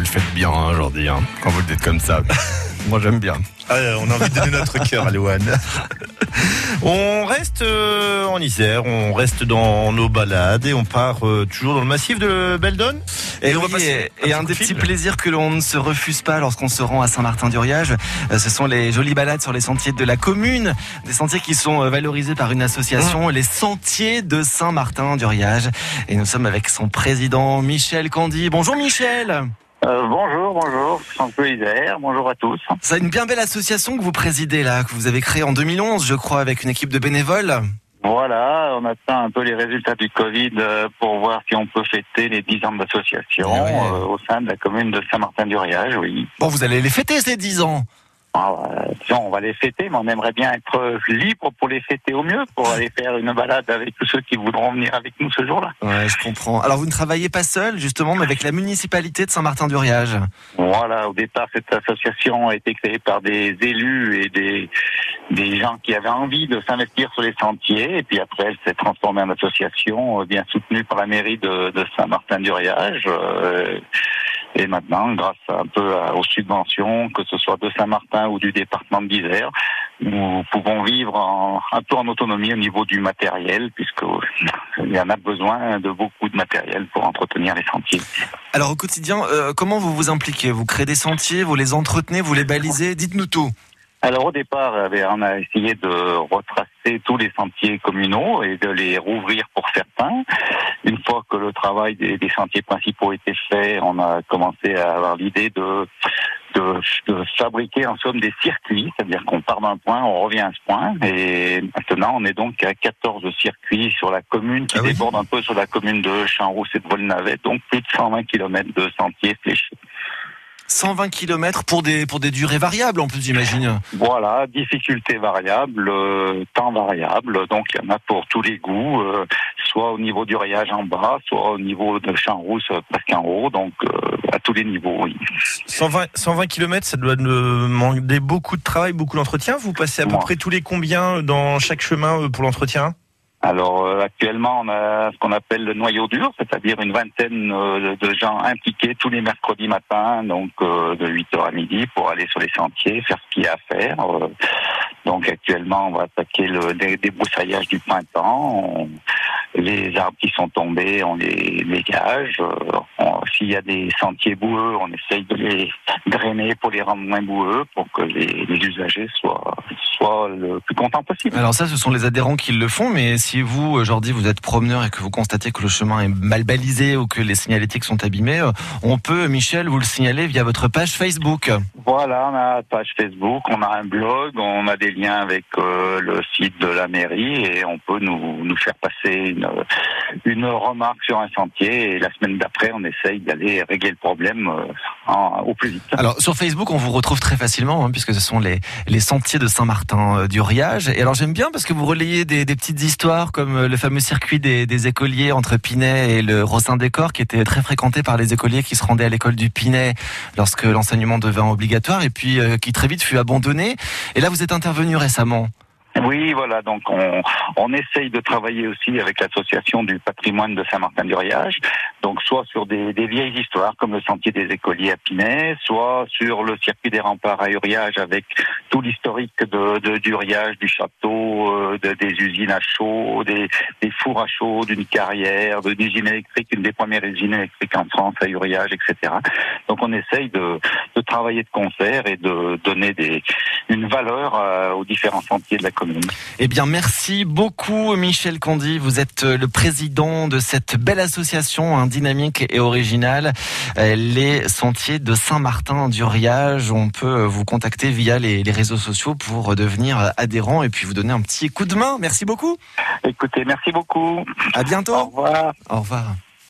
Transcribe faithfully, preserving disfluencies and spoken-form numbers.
faites bien hein, aujourd'hui, hein, quand vous le dites comme ça. Moi, j'aime bien. Ah, on a envie de donner notre cœur à Louane. On reste euh, en Isère, on reste dans nos balades et on part euh, toujours dans le massif de Beldon. Et, Et on oui, va passer et, et un un petit des coup de petits fil. plaisirs que l'on ne se refuse pas lorsqu'on se rend à Saint-Martin-du-Riage, euh, ce sont les jolies balades sur les sentiers de la commune, des sentiers qui sont euh, valorisés par une association, les Sentiers de Saint-Martin-du-Riage. Et nous sommes avec son président Michel Candy. Bonjour Michel. Euh, bonjour, bonjour, Santo Isère, bonjour à tous. C'est une bien belle association que vous présidez là, que vous avez créée en deux mille onze, je crois, avec une équipe de bénévoles. Voilà, on attend un peu les résultats du Covid euh, pour voir si on peut fêter les dix ans d'association Ah ouais. euh, au sein de la commune de Saint-Martin-du-Riage, oui. Bon, vous allez les fêter ces dix ans. Ah, euh, disons, on va les fêter, mais on aimerait bien être libre pour les fêter au mieux, pour aller faire une balade avec tous ceux qui voudront venir avec nous ce jour-là. Ouais, je comprends. Alors vous ne travaillez pas seul, justement, mais avec la municipalité de Saint-Martin-du-Riage. Voilà, au départ, cette association a été créée par des élus et des, des gens qui avaient envie de s'investir sur les sentiers. Et puis après, elle s'est transformée en association, euh, bien soutenue par la mairie de, de Saint-Martin-du-Riage. Euh, et maintenant, grâce un peu à, aux subventions, que ce soit de Saint-Martin ou du département d'Isère, nous pouvons vivre en, un peu en autonomie au niveau du matériel, puisque il y en a besoin de beaucoup de matériel pour entretenir les sentiers. Alors au quotidien, euh, comment vous vous impliquez? Vous créez des sentiers, vous les entretenez, vous les balisez? Dites-nous tout. Alors au départ, on a essayé de retracer tous les sentiers communaux et de les rouvrir pour certains. Une fois que le travail des, des sentiers principaux était fait, on a commencé à avoir l'idée de, de, de fabriquer en somme des circuits, c'est-à-dire qu'on part d'un point, on revient à ce point. Et maintenant, on est donc à quatorze circuits sur la commune qui ah oui. déborde un peu sur la commune de Champs-Rousse et de Volnavet, donc plus de cent vingt kilomètres de sentiers fléchés. cent vingt kilomètres pour des, pour des durées variables en plus, j'imagine. Voilà, difficulté variable, euh, temps variable, donc il y en a pour tous les goûts, euh, soit au niveau du rayage en bas, soit au niveau de Champs-Rousse euh, presque en haut, donc euh, à tous les niveaux, oui. cent vingt, cent vingt kilomètres, ça doit demander beaucoup de travail, beaucoup d'entretien. Vous passez à peu Moi. près tous les combien dans chaque chemin pour l'entretien? Alors euh, actuellement, on a ce qu'on appelle le noyau dur, c'est-à-dire une vingtaine euh, de gens impliqués tous les mercredis matins, donc euh, de huit heures à midi, pour aller sur les sentiers, faire ce qu'il y a à faire. Euh, donc actuellement, on va attaquer le dé- débroussaillage du printemps. On, les arbres qui sont tombés, on les dégage. Euh, on, s'il y a des sentiers boueux, on essaye de les drainer pour les rendre moins boueux, pour que les, les usagers soient, soient le plus contents possible. Alors ça, ce sont les adhérents qui le font, mais si vous, aujourd'hui, vous êtes promeneur et que vous constatez que le chemin est mal balisé ou que les signalétiques sont abîmés, on peut, Michel, vous le signaler via votre page Facebook. Voilà, on a une page Facebook, on a un blog, on a des liens avec euh, le site de la mairie et on peut nous, nous faire passer une, une remarque sur un sentier et la semaine d'après, on essaye d'aller régler le problème euh, en, au plus vite. Alors sur Facebook, on vous retrouve très facilement, hein, puisque ce sont les, les sentiers de Saint-Martin-du-Riage. Et alors j'aime bien parce que vous relayez des, des petites histoires comme le fameux circuit des, des écoliers entre Pinay et le Rossin-des-Corps, qui était très fréquenté par les écoliers qui se rendaient à l'école du Pinay lorsque l'enseignement devint obligatoire et puis euh, qui très vite fut abandonné. Et là, vous êtes intervenu récemment. Oui, voilà, donc on, on essaye de travailler aussi avec l'association du patrimoine de Saint-Martin-du-Riage, donc soit sur des, des vieilles histoires comme le sentier des écoliers à Pinay, soit sur le circuit des remparts à Uriage avec tout l'historique de, de, du Riage, du château, euh, de, des usines à chaud, des, des fours à chaud, d'une carrière, d'une usine électrique, une des premières usines électriques en France à Uriage, et cetera. Donc on essaye de, de travailler de concert et de donner des, une valeur euh, aux différents sentiers de la commune. Eh bien, merci beaucoup, Michel Candy. Vous êtes le président de cette belle association, hein, dynamique et originale, euh, les Sentiers de Saint-Martin-du-Riage. On peut vous contacter via les, les réseaux sociaux pour devenir adhérent et puis vous donner un petit coup de main. Merci beaucoup. Écoutez, merci beaucoup. À bientôt. Au revoir. Au revoir.